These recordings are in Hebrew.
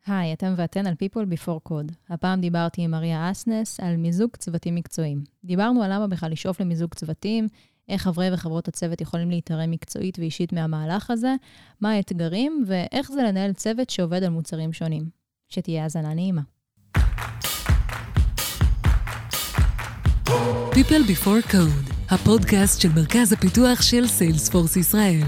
היי, אתם ואתן על People Before Code. הפעם דיברתי עם מריה אסנס על מיזוג צוותים מקצועיים. דיברנו על למה בכלל לשאוף למיזוג צוותים, איך חברי וחברות הצוות יכולים להתערם מקצועית ואישית מהמהלך הזה, מה האתגרים ואיך זה לנהל צוות שעובד על מוצרים שונים. שתהיה האזנה נעימה. People Before Code, הפודקאסט של מרכז הפיתוח של סיילספורס ישראל.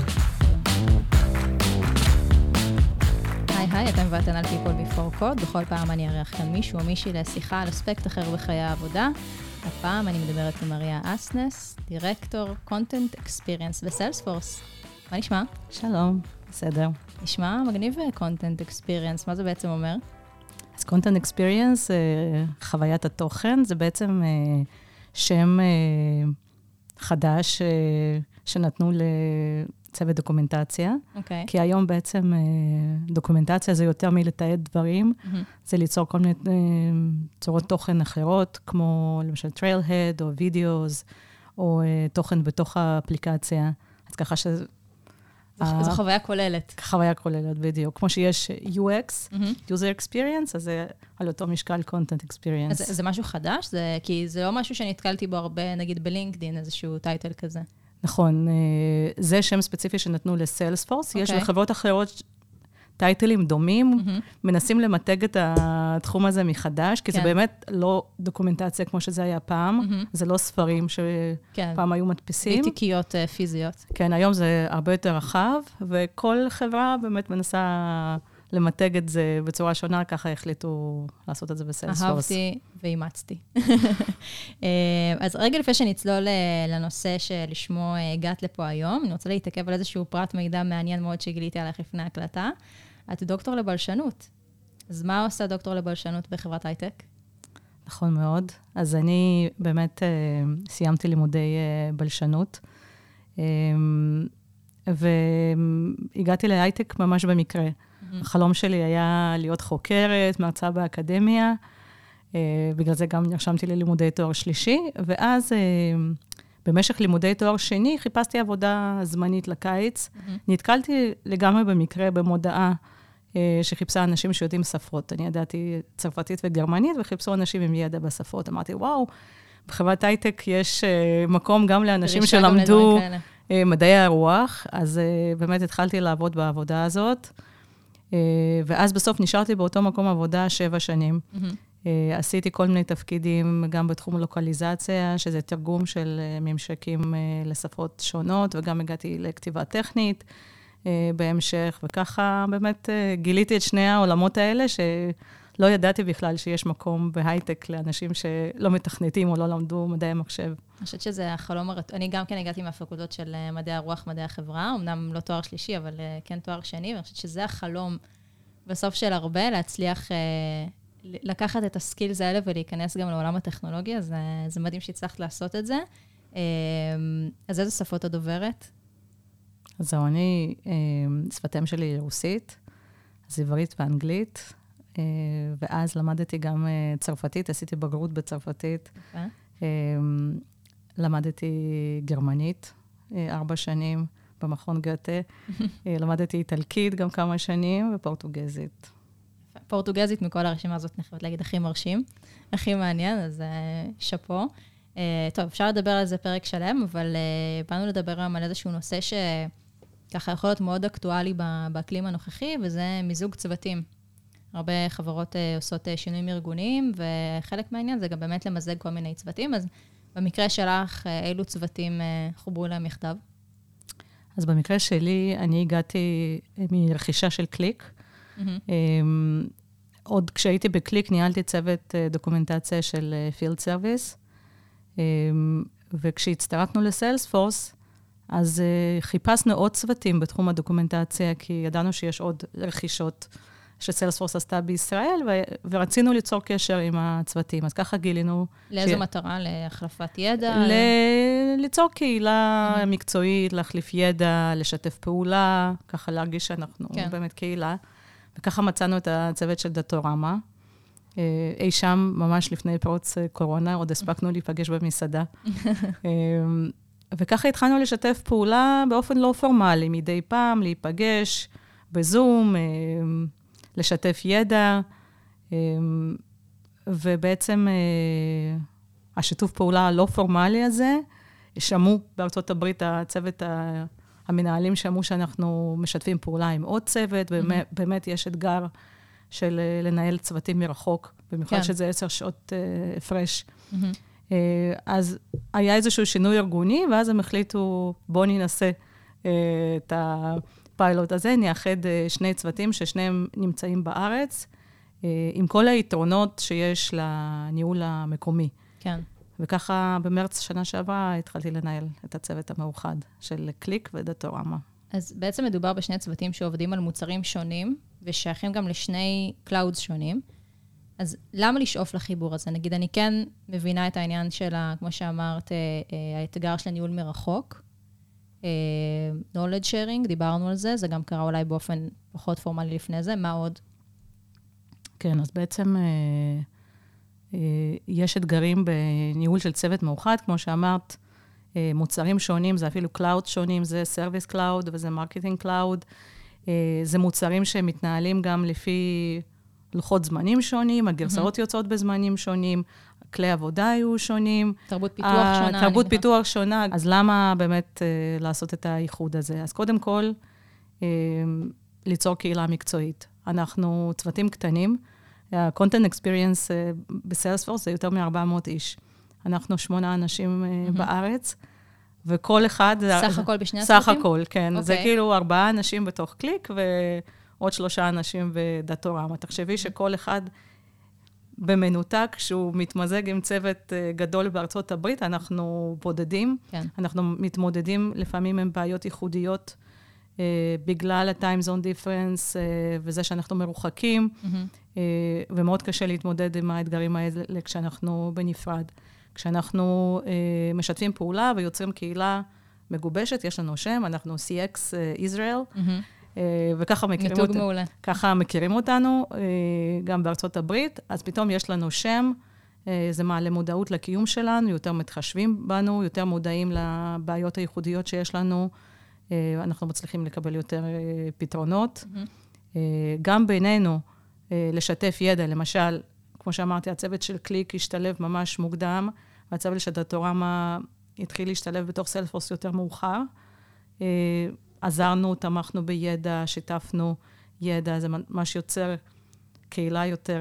היי, אתם ואתן על People Before Code. בכל פעם אני ארח כאן מישהו או מישהי לשיחה על אספקט אחר בחיי העבודה. הפעם אני מדברת עם מריה אסנס, דירקטור Content Experience בסיילספורס. מה נשמע? שלום, בסדר. נשמע מגניב Content Experience, מה זה בעצם אומר? אז Content Experience, חוויית התוכן, זה בעצם שם חדש שנתנו לצוות דוקומנטציה. אוקיי. כי היום בעצם דוקומנטציה זה יותר מלתעד דברים, זה ליצור כל מיני צורות תוכן אחרות, כמו למשל Trailhead או וידאוס, או תוכן בתוך האפליקציה. אז ככה שזה... זו חוויה כוללת. חוויה כוללת, בדיוק. כמו שיש UX, User Experience, אז זה על אותו משקל Content Experience. אז זה משהו חדש? כי זה לא משהו שנתקלתי בו הרבה, נגיד בלינקדין, איזשהו טייטל כזה. נכון. זה שם ספציפי שנתנו לסיילספורס. יש לחברות אחרות טייטלים דומים, מנסים למתג את התחום הזה מחדש, כי זה באמת לא דוקומנטציה כמו שזה היה פעם, זה לא ספרים שפעם היו מדפיסים. תיקיות פיזיות. כן, היום זה הרבה יותר רחב, וכל חברה באמת מנסה למתג את זה בצורה שונה, ככה החליטו לעשות את זה בסיילספורס. אהבתי ואימצתי. אז רגע לפני שנצלול לנושא שלשמו הגעת לפה היום, אני רוצה להתעכב על איזשהו פרט מידע מעניין מאוד שגיליתי עליך לפני ההקלטה. את דוקטור לבלשנות. אז מה עושה דוקטור לבלשנות בחברת הייטק? נכון מאוד. אז אני באמת סיימתי לימודי בלשנות, והגעתי להייטק ממש במקרה. החלום שלי היה להיות חוקרת, מרצה באקדמיה, בגלל זה גם נרשמתי ללימודי תואר שלישי, ואז במשך לימודי תואר שני חיפשתי עבודה זמנית לקיץ. נתקלתי לגמרי במקרה במודעה שחיפשה אנשים שיודעים שפות. אני ידעתי צרפתית וגרמנית, וחיפשו אנשים עם ידע בשפות. אמרתי, וואו, בחברת הייטק יש מקום גם לאנשים שלמדו מדעי הרוח, אז באמת התחלתי לעבוד בעבודה הזאת, ואז בסוף נשארתי באותו מקום עבודה 7 שנים. עשיתי כל מיני תפקידים, גם בתחום לוקליזציה, שזה תרגום של ממשקים לשפות שונות, וגם הגעתי לכתיבה טכנית בהמשך, וככה באמת גיליתי את שני העולמות האלה, שלא ידעתי בכלל שיש מקום בהייטק לאנשים שלא מתכנתים או לא למדו מדעי המחשב. אני חושבת שזה החלום, אני גם כן הגעתי מהפקולטות של מדעי הרוח, מדעי החברה, אמנם לא תואר שלישי, אבל כן תואר שני, ואני חושבת שזה החלום בסוף של הרבה, להצליח לקחת את הסקילס האלה ולהיכנס גם לעולם הטכנולוגיה, זה מדהים שהצלחת לעשות את זה. אז איזה שפות את דוברת? אז זהו, אני, שפתם שלי היא רוסית, אז עברית ואנגלית, ואז למדתי גם צרפתית, עשיתי בגרות בצרפתית. למדתי גרמנית 4 שנים במכון גתה, למדתי איטלקית גם כמה שנים, ופורטוגזית. פורטוגזית מכל הרשימה הזאת, אני חייבת להגיד, הכי מרשים, הכי מעניין, אז שפו. טוב, אפשר לדבר על זה פרק שלם, אבל באנו לדבר היום על איזשהו נושא שככה יכול להיות מאוד אקטואלי באקלים הנוכחי, וזה מיזוג צוותים. הרבה חברות עושות שינויים ארגוניים, וחלק מהעניין זה גם באמת למזג כל מיני צוותים, אז במקרה שלך, אילו צוותים חוברו להם מכתב? אז במקרה שלי, אני הגעתי מרכישה של קליק. עוד כשהייתי בקליק, ניהלתי צוות דוקומנטציה של פילד סרוויס, וכשהצטרפנו לסיילספורס, אז חיפשנו עוד צוותים בתחום הדוקומנטציה, כי ידענו שיש עוד רכישות שסיילספורס עשתה בישראל, ורצינו ליצור קשר עם הצוותים. אז ככה גילינו... לאיזו מטרה? להחלפת ידע? ליצור קהילה מקצועית, להחליף ידע, לשתף פעולה, ככה להרגיש שאנחנו באמת קהילה. וככה מצאנו את הצוות של דאטורמה. אי שם, ממש לפני פרוץ קורונה, עוד הספקנו להיפגש במסעדה. וככה התחלנו לשתף פעולה באופן לא פורמלי, מדי פעם להיפגש בזום, לשתף ידע, ובעצם השיתוף פעולה הלא פורמלי הזה, שמעו בארצות הברית, הצוות המנהלים שמעו שאנחנו משתפים פעולה עם עוד צוות, ובאמת יש אתגר של לנהל צוותים מרחוק, במיוחד שזה 10 שעות הפרש. אז היה איזשהו שינוי ארגוני, ואז הם החליטו, בואו ננסה את הפיילוט הזה, נאחד 2 צוותים ששניהם נמצאים בארץ, עם כל היתרונות שיש לניהול המקומי. כן. וככה במרץ שנה שעברה התחלתי לנהל את הצוות המאוחד של קליק ודאטורמה. אז בעצם מדובר בשני צוותים שעובדים על מוצרים שונים, ושייכים גם לשני קלאודס שונים. אז למה לשאוף לחיבור הזה? נגיד, אני כן מבינה את העניין של, כמו שאמרת, האתגר של הניהול מרחוק. knowledge sharing, דיברנו על זה, זה גם קרה אולי באופן פחות פורמלי לפני זה. מה עוד? כן, אז בעצם יש אתגרים בניהול של צוות מאוחד, כמו שאמרת, מוצרים שונים, זה אפילו קלאוד שונים, זה סרוויס קלאוד וזה מרקטינג קלאוד. זה מוצרים שמתנהלים גם לפי לוחות זמנים שונים, הגרסאות יוצאות בזמנים שונים, כלי עבודה היו שונים. תרבות פיתוח שונה. תרבות פיתוח שונה, אז למה באמת לעשות את האיחוד הזה? אז קודם כל, ליצור קהילה מקצועית. אנחנו צוותים קטנים, ה-content experience בסיילספורס זה יותר מ-400 איש. אנחנו 8 אנשים בארץ, וכל אחד... סך הכל בשני הצוותים? סך הכל, כן. זה כאילו 4 אנשים בתוך קליק, ועוד 3 אנשים בדאטורמה. תחשבי שכל אחד במנותק, שהוא מתמזג עם צוות גדול בארצות הברית, אנחנו בודדים. כן. אנחנו מתמודדים לפעמים עם בעיות ייחודיות, בגלל ה-time zone difference, וזה שאנחנו מרוחקים, ומאוד קשה להתמודד עם האתגרים האלה כשאנחנו בנפרד. כשאנחנו משתפים פעולה ויוצרים קהילה מגובשת, יש לנו שם, אנחנו CX Israel, וככה מכירים אותנו, גם בארצות הברית, אז פתאום יש לנו שם, זה מעלה מודעות לקיום שלנו, יותר מתחשבים בנו, יותר מודעים לבעיות הייחודיות שיש לנו, אנחנו מצליחים לקבל יותר פתרונות. גם בינינו, לשתף ידע, למשל, כמו שאמרתי, הצוות של קליק השתלב ממש מוקדם, והצוות של דאטורמה התחיל להשתלב בתוך סיילספורס יותר מאוחר. עזרנו, תמכנו בידע, שיתפנו ידע, זה ממש יוצר קהילה יותר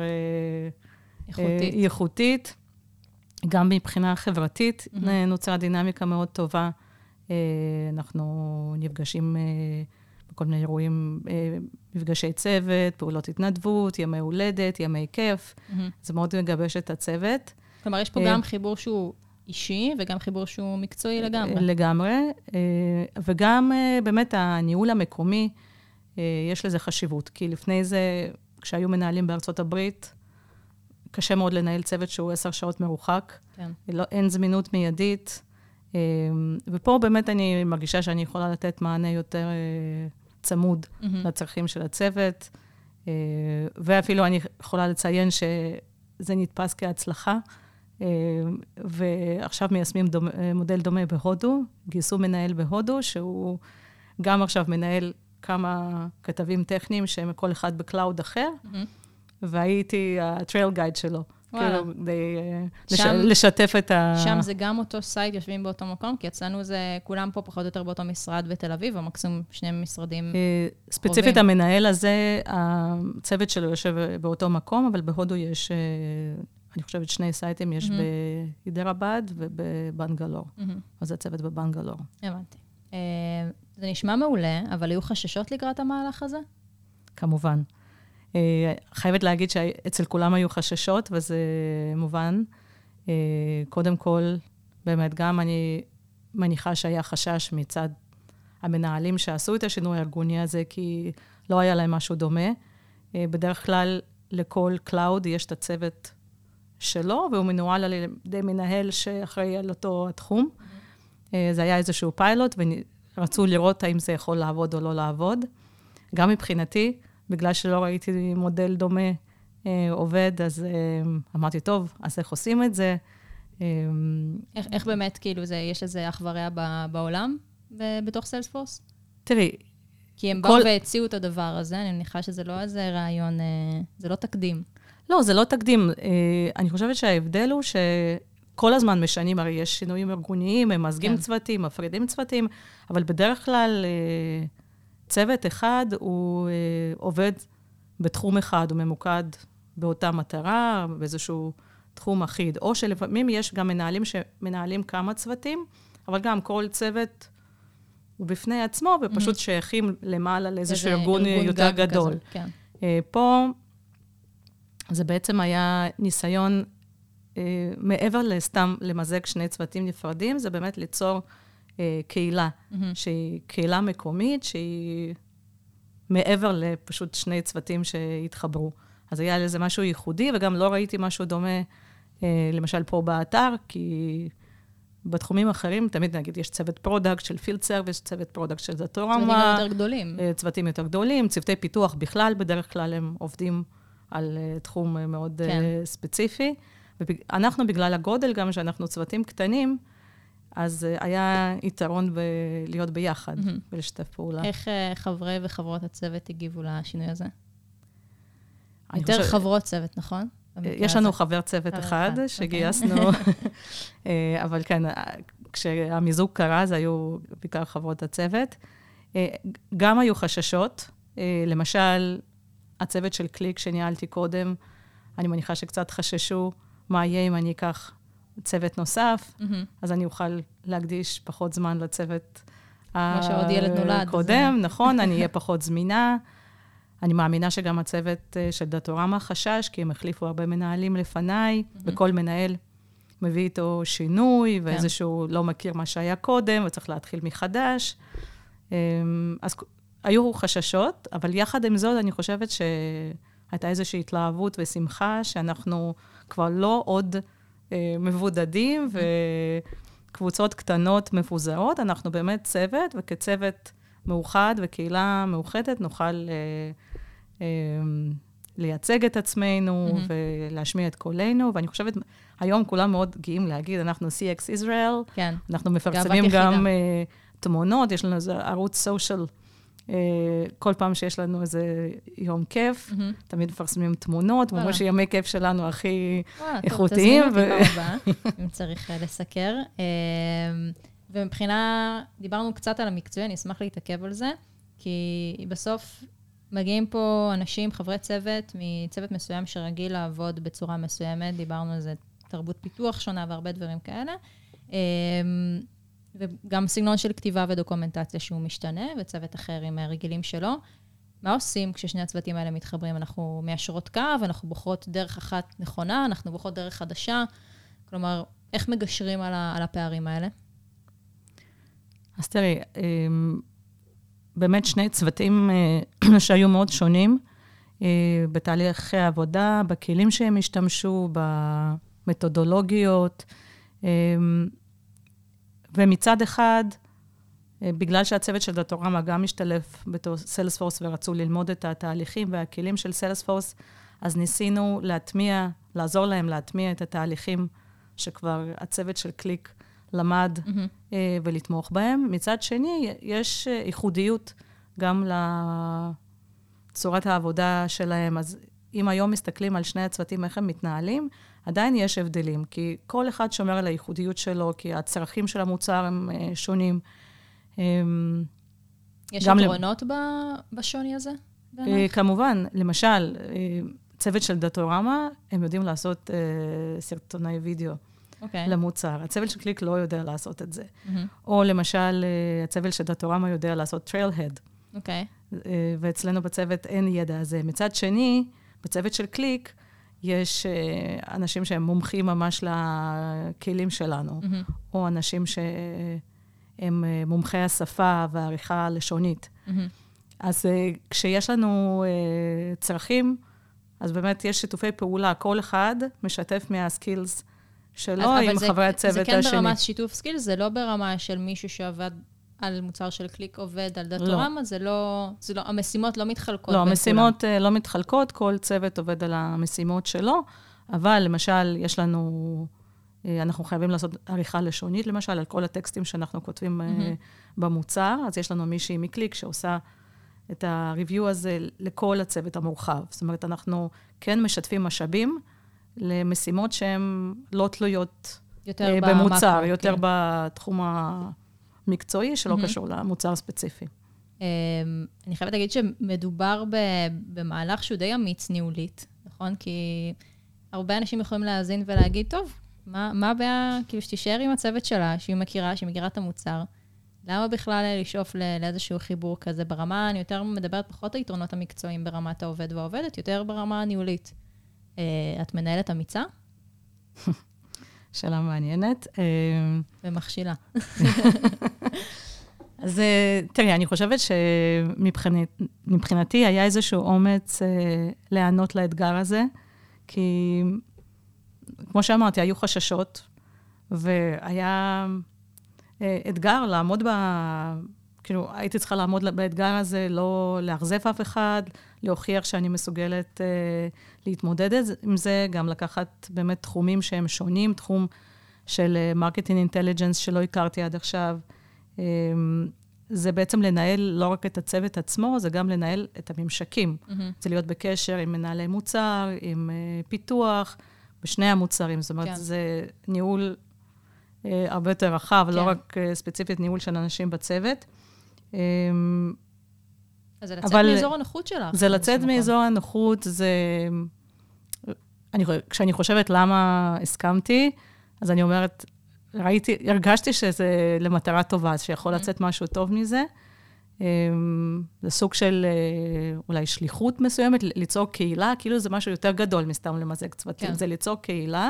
איכותית. גם מבחינה חברתית נוצרה דינמיקה מאוד טובה. אנחנו נפגשים בכל מיני אירועים, מפגשי צוות, פעולות התנדבות, ימי הולדת, ימי כיף. זה מאוד מגבש את הצוות. כלומר, יש פה גם חיבור שהוא אישי, וגם חיבור שהוא מקצועי לגמרי. לגמרי. וגם באמת הניהול המקומי, יש לזה חשיבות. כי לפני זה, כשהיו מנהלים בארצות הברית, קשה מאוד לנהל צוות שהוא 10 שעות מרוחק. כן. אין זמינות מיידית. ופה באמת אני מרגישה שאני יכולה לתת מענה יותר צמוד לצרכים של הצוות, ואפילו אני יכולה לציין שזה נתפס כהצלחה, ועכשיו מיישמים מודל דומה בהודו, גייסו מנהל בהודו, שהוא גם עכשיו מנהל כמה כתבים טכניים, שהם כל אחד בקלאוד אחר, והייתי הטרייל גייד שלו. כאילו, לשתף את שם זה גם אותו סייט, יושבים באותו מקום, כי אצלנו זה כולם פה פחות או יותר באותו משרד בתל אביב, או מקסימום 2 משרדים ספציפית המנהל הזה, הצוות שלו יושב באותו מקום, אבל בהודו יש, אני חושבת, 2 סייטים, יש בהידרבאד ובבנגלור. אז זה צוות בבנגלור. הבנתי. זה נשמע מעולה, אבל היו חששות לקראת המהלך הזה? כמובן. חייבת להגיד שאצל כולם היו חששות, וזה מובן. קודם כל, באמת, גם אני מניחה שהיה חשש מצד המנהלים שעשו את השינוי הארגוני הזה, כי לא היה להם משהו דומה. בדרך כלל, לכל קלאוד יש את הצוות שלו, והוא מנוהל על ידי מנהל שאחראי על אותו התחום. זה היה איזשהו פיילוט, ורצו לראות האם זה יכול לעבוד או לא לעבוד. גם מבחינתי, בגלל שלא ראיתי מודל דומה עובד, אז אמרתי, טוב, אז איך עושים את זה? איך באמת, כאילו, יש לזה אח ורע בעולם, בתוך סיילספורס? תראי, כי הם באו והציעו את הדבר הזה, אני מניחה שזה לא איזה רעיון, זה לא תקדים. לא, זה לא תקדים. אני חושבת שההבדל הוא שכל הזמן משנים, הרי יש שינויים ארגוניים, הם מזגים צוותים, מפרידים צוותים, אבל בדרך כלל צוות אחד הוא עובד בתחום אחד, הוא ממוקד באותה מטרה, באיזשהו תחום אחיד. או שלפעמים יש גם מנהלים שמנהלים כמה צוותים, אבל גם כל צוות הוא בפני עצמו, ופשוט שייכים למעלה לאיזשהו ארגון יותר גדול. כן. פה זה בעצם היה ניסיון, מעבר לסתם למזג שני צוותים נפרדים, זה באמת ליצור קהילה, שהיא קהילה מקומית, שהיא מעבר לפשוט שני צוותים שהתחברו. אז היה לזה משהו ייחודי, וגם לא ראיתי משהו דומה, למשל פה באתר, כי בתחומים אחרים, תמיד נגיד, יש צוות פרודקט של פילד סרוויס, צוות פרודקט של דאטורמה. צוותים יותר גדולים. צוותים יותר גדולים, צוותי פיתוח בכלל, בדרך כלל הם עובדים על תחום מאוד ספציפי. ואנחנו, בגלל הגודל גם, שאנחנו צוותים קטנים, אז היה יתרון להיות ביחד ולשתף פעולה. איך חברי וחברות הצוות הגיבו לשינוי הזה? יותר חברות צוות, נכון? יש לנו חבר צוות אחד שגייסנו, אבל כן, כשהמיזוג קרה, זה היו בעיקר חברות הצוות. גם היו חששות, למשל, הצוות של קליק שניהלתי קודם, אני מניחה שקצת חששו מה יהיה אם אני אקח צוות נוסף, אז אני אוכל להקדיש פחות זמן לצוות שעוד ילד נולד. קודם, נכון, אני אהיה פחות זמינה. אני מאמינה שגם הצוות של דאטורמה חשש, כי הם החליפו הרבה מנהלים לפניי, וכל מנהל מביא איתו שינוי, ואיזשהו לא מכיר מה שהיה קודם, וצריך להתחיל מחדש. אז היו חששות, אבל יחד עם זאת, אני חושבת שהייתה איזושהי התלהבות ושמחה, שאנחנו כבר לא עוד מבודדים, וקבוצות קטנות מפוזרות, אנחנו באמת צוות, וכצוות מאוחד וקהילה מאוחדת, נוכל לייצג את עצמנו ולהשמיע את קולנו, ואני חושבת, היום כולם מאוד גאים להגיד, אנחנו CX Israel, כן. אנחנו מפרסמים גם תמונות, יש לנו איזה ערוץ סושיאל, כל פעם שיש לנו איזה יום כיף, תמיד מפרסמים תמונות, ממש ימי כיף שלנו הכי איכותיים. טוב, תזמין אותי פעם הבאה, אם צריך לסקר. ומבחינה, דיברנו קצת על המקצועי, אני אשמח להתעכב על זה, כי בסוף מגיעים פה אנשים, חברי צוות, מצוות מסוים שרגיל לעבוד בצורה מסוימת, דיברנו על זה, תרבות פיתוח שונה והרבה דברים כאלה, וגם סגנון של כתיבה ודוקומנטציה שהוא משתנה, וצוות אחר עם רגילים שלו. מה עושים כששני הצוותים האלה מתחברים? אנחנו מיישרות קו, אנחנו בוחרות דרך אחת נכונה, אנחנו בוחרות דרך חדשה, כלומר, איך מגשרים על הפערים האלה? אז תראי, באמת שני צוותים שהיו מאוד שונים, בתהליכי העבודה, בכלים שהם השתמשו, במתודולוגיות, ומצד אחד, בגלל שהצוות של דאטורמה גם משתלב בתור סיילספורס, ורצו ללמוד את התהליכים והכלים של סיילספורס, אז ניסינו להטמיע, לעזור להם להטמיע את התהליכים שכבר הצוות של קליק למד ולתמוך בהם. מצד שני, יש ייחודיות גם לצורת העבודה שלהם. אז אם היום מסתכלים על שני הצוותים, איך הם מתנהלים, עדיין יש הבדלים, כי כל אחד שומר על הייחודיות שלו, כי הצרכים של המוצר הם שונים. יש יתרונות בשוני הזה? כמובן, למשל, צוות של דאטורמה, הם יודעים לעשות סרטוני וידאו. למוצר. הצוות של קליק לא יודע לעשות את זה. או למשל, הצוות של דאטורמה יודע לעשות טריילהד. ואצלנו בצוות אין ידע הזה. מצד שני, בצוות של קליק, יש אנשים שהם מומחים ממש לכלים שלנו, או אנשים שהם מומחי השפה והעריכה הלשונית. אז כשיש לנו צרכים, אז באמת יש שיתופי פעולה. כל אחד משתף מהסקילס שלו עם חברי הצוות השני. זה כן ברמה שיתוף סקילס, זה לא ברמה של מישהו שעבד על מוצר של קליק עובד על דאטורמה, זה לא, המשימות לא מתחלקות. לא, המשימות לא מתחלקות, כל צוות עובד על המשימות שלו, אבל למשל, יש לנו, אנחנו חייבים לעשות עריכה לשונית, למשל, על כל הטקסטים שאנחנו כותבים במוצר, אז יש לנו מישהי מקליק שעושה את ה-review הזה לכל הצוות המורחב. זאת אומרת, אנחנו כן משתפים משאבים למשימות שהן לא תלויות במוצר, יותר בתחום המקצועי, שלא קשור למוצר ספציפי. אני חייבת להגיד שמדובר במהלך שהוא די אמיץ ניהולית, נכון? כי הרבה אנשים יכולים להאזין ולהגיד, טוב, מה הבעיה, כאילו שתישאר עם הצוות שלה, שהיא מכירה את המוצר, למה בכלל לשאוף לאיזשהו חיבור כזה ברמה, אני יותר מדברת פחות היתרונות המקצועיים ברמת העובד והעובדת, יותר ברמה הניהולית. את מנהלת אמיצה? שאלה מעניינת. ומכשילה. אז תראי, אני חושבת שמבחינתי היה איזשהו אומץ לענות לאתגר הזה, כי כמו שאמרתי, היו חששות, והיה אתגר לעמוד כאילו, הייתי צריכה לעמוד באתגר הזה, לא לאכזב אף אחד, להוכיח שאני מסוגלת להתמודד עם זה, גם לקחת באמת תחומים שהם שונים, תחום של מרקטינג אינטליג'נס שלא הכרתי עד עכשיו. זה בעצם לנהל לא רק את הצוות עצמו, זה גם לנהל את הממשקים. זה להיות בקשר עם מנהלי מוצר, עם פיתוח, בשני המוצרים. זאת אומרת, זה ניהול הרבה יותר רחב, לא רק ספציפית ניהול של אנשים בצוות. אז זה לצאת מאזור הנוחות שלך. זה לצאת מאזור הנוחות, כשאני חושבת למה הסכמתי, אז אני אומרת, הרגשתי שזה למטרה טובה, שיכול לצאת משהו טוב מזה. זה סוג של אולי שליחות מסוימת, ליצור קהילה, כאילו זה משהו יותר גדול מסתם למזג צוותים, זה ליצור קהילה.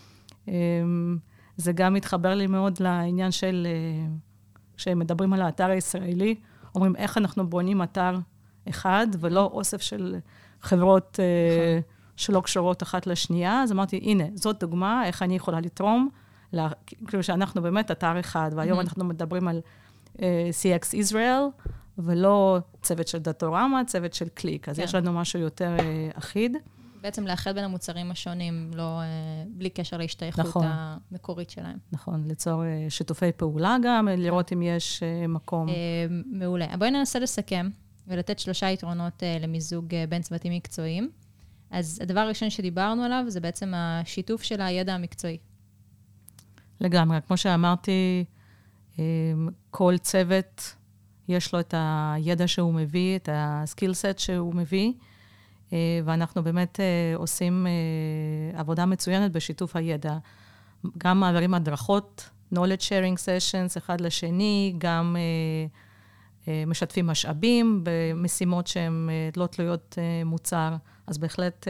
זה גם מתחבר לי מאוד לעניין של, כשמדברים על האתר הישראלי, אומרים איך אנחנו בונים אתר אחד, ולא אוסף של חברות שלא קשורות אחת לשנייה. אז אמרתי, הנה, זאת דוגמה, איך אני יכולה לתרום, כאילו שאנחנו באמת אתר אחד, והיום אנחנו מדברים על CX Israel, ולא צוות של דאטורמה, צוות של קליק. אז יש לנו משהו יותר אחיד. בעצם לאחד בין המוצרים השונים, בלי קשר להשתייכות המקורית שלהם. נכון, ליצור שיתופי פעולה גם, לראות אם יש מקום. מעולה. בואי ננסה לסכם, ולתת 3 יתרונות למיזוג בין צוותים מקצועיים. אז הדבר הראשון שדיברנו עליו, זה בעצם השיתוף של הידע המקצועי. לגמרי, כמו שאמרתי, כל צוות יש לו את הידע שהוא מביא, את הסקילסט שהוא מביא, ואנחנו באמת עושים עבודה מצוינת בשיתוף הידע. גם מעבירים הדרכות, knowledge sharing sessions אחד לשני, גם משתפים משאבים במשימות שהן לא תלויות מוצר, אז בהחלט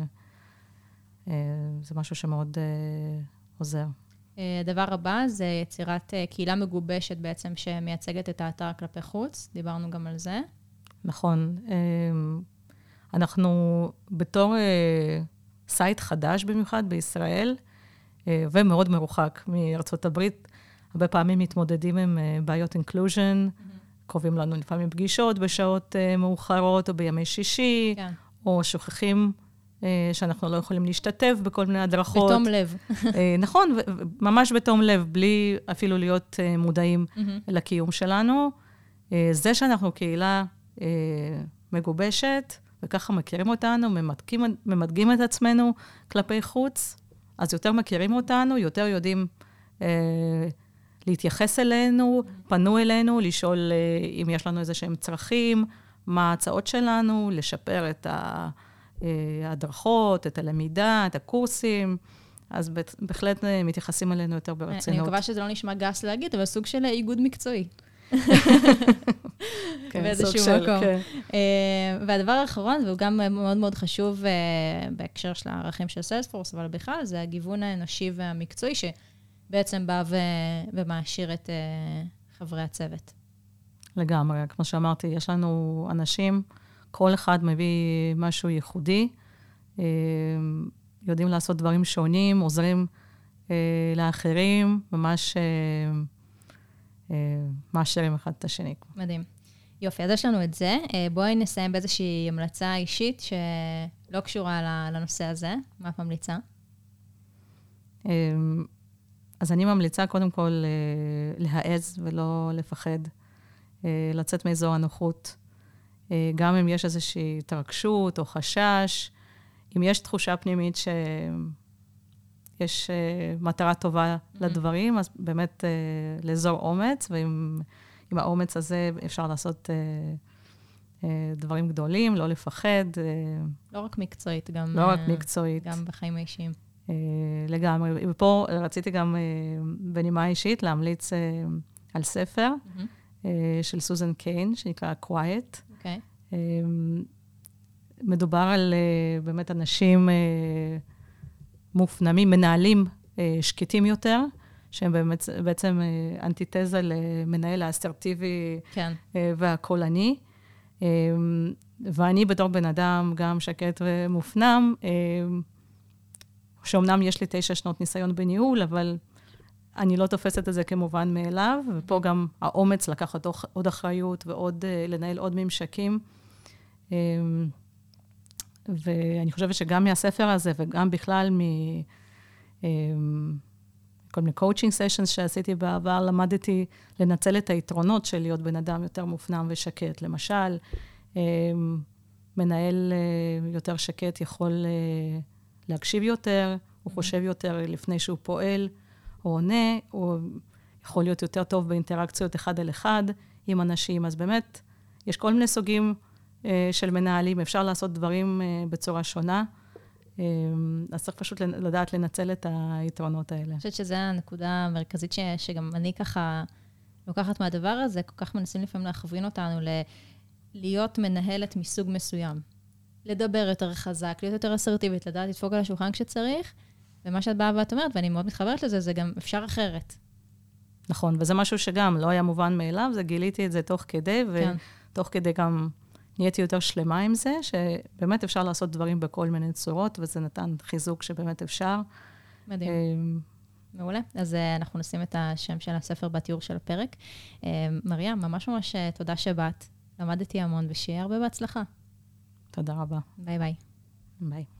זה משהו שמאוד עוזר. הדבר הבא זה יצירת קהילה מגובשת בעצם שמייצגת את האתר כלפי חוץ, דיברנו גם על זה. נכון. אנחנו בתור סייט חדש במיוחד בישראל, ומאוד מרוחק מארצות הברית, הרבה פעמים מתמודדים עם בעיות אינקלוז'ן, קובעים לנו לפעמים פגישות בשעות מאוחרות או בימי שישי, או שוכחים שאנחנו לא יכולים להשתתף בכל מיני הדרכות. בתום לב. נכון, ממש בתום לב, בלי אפילו להיות מודעים לקיום שלנו. זה שאנחנו קהילה מגובשת, וככה מכירים אותנו, ממדגים את עצמנו כלפי חוץ, אז יותר מכירים אותנו, יותר יודעים להתייחס אלינו, פנו אלינו, לשאול אם יש לנו איזה שהם צרכים, מה ההצעות שלנו, לשפר את ההדרכות, את הלמידה, את הקורסים, אז בהחלט מתייחסים אלינו יותר ברצינות. אני מקווה שזה לא נשמע גס להגיד, אבל סוג של איגוד מקצועי. באיזשהו מקום. והדבר האחרון, והוא גם מאוד מאוד חשוב בהקשר של הערכים של סיילספורס, אבל בכלל זה הגיוון האנושי והמקצועי, שבעצם בא ומעשיר את חברי הצוות. לגמרי, כמו שאמרתי, יש לנו אנשים, כל אחד מביא משהו ייחודי, יודעים לעשות דברים שונים, עוזרים לאחרים, ממש מעשירים אחד את השני. מדהים. יופי, אז יש לנו את זה. בואי נסיים באיזושהי המלצה אישית שלא קשורה לנושא הזה. מה את ממליצה? אז אני ממליצה קודם כל להעז ולא לפחד, לצאת מאזור הנוחות, גם אם יש איזושהי התרגשות או חשש, אם יש תחושה פנימית שיש מטרה טובה לדברים, אז באמת לאזור אומץ, ועם האומץ הזה אפשר לעשות דברים גדולים, לא לפחד. לא רק מקצועית, גם... לא רק מקצועית. גם בחיים האישיים. לגמרי. ופה רציתי גם בנימה אישית להמליץ על ספר של סוזן קיין, שנקרא Quiet. אוקיי. מדובר על באמת אנשים מופנמים, מנהלים שקטים יותר, שהם בעצם אנטיתזה למנהל האסרטיבי והקולני. ואני בתור בן אדם גם שקט ומופנם, שאומנם יש לי 9 שנות ניסיון בניהול, אבל אני לא תופסת את זה כמובן מאליו, ופה גם האומץ לקחת עוד אחריות ועוד לנהל עוד ממשקים. ואני חושבת שגם מהספר הזה, וגם בכלל כל מיני coaching sessions שעשיתי בעבר, למדתי לנצל את היתרונות של להיות בן אדם יותר מופנם ושקט. למשל, מנהל יותר שקט יכול להקשיב יותר, הוא חושב יותר לפני שהוא פועל או עונה, הוא יכול להיות יותר טוב באינטראקציות אחד על אחד עם אנשים. אז באמת, יש כל מיני סוגים של מנהלים, אפשר לעשות דברים בצורה שונה, אז צריך פשוט לדעת לנצל את היתרונות האלה. אני חושבת שזו הנקודה המרכזית שגם אני ככה לוקחת מהדבר הזה, כל כך מנסים לפעמים להכווין אותנו להיות מנהלת מסוג מסוים. לדבר יותר חזק, להיות יותר אסרטיבית, לדעת לדפוק על השולחן כשצריך, ומה שאת באה ואת אומרת, ואני מאוד מתחברת לזה, זה גם אפשר אחרת. נכון, וזה משהו שגם לא היה מובן מאליו, זה גיליתי את זה תוך כדי, ותוך כדי גם נהייתי יותר שלמה עם זה, שבאמת אפשר לעשות דברים בכל מיני צורות, וזה נתן חיזוק שבאמת אפשר. מדהים. מעולה. אז אנחנו נשים את השם של הספר בתיאור של הפרק. מריה, ממש ממש תודה שבאת. למדתי המון, ושיהיה הרבה בהצלחה. תודה רבה. ביי ביי. ביי.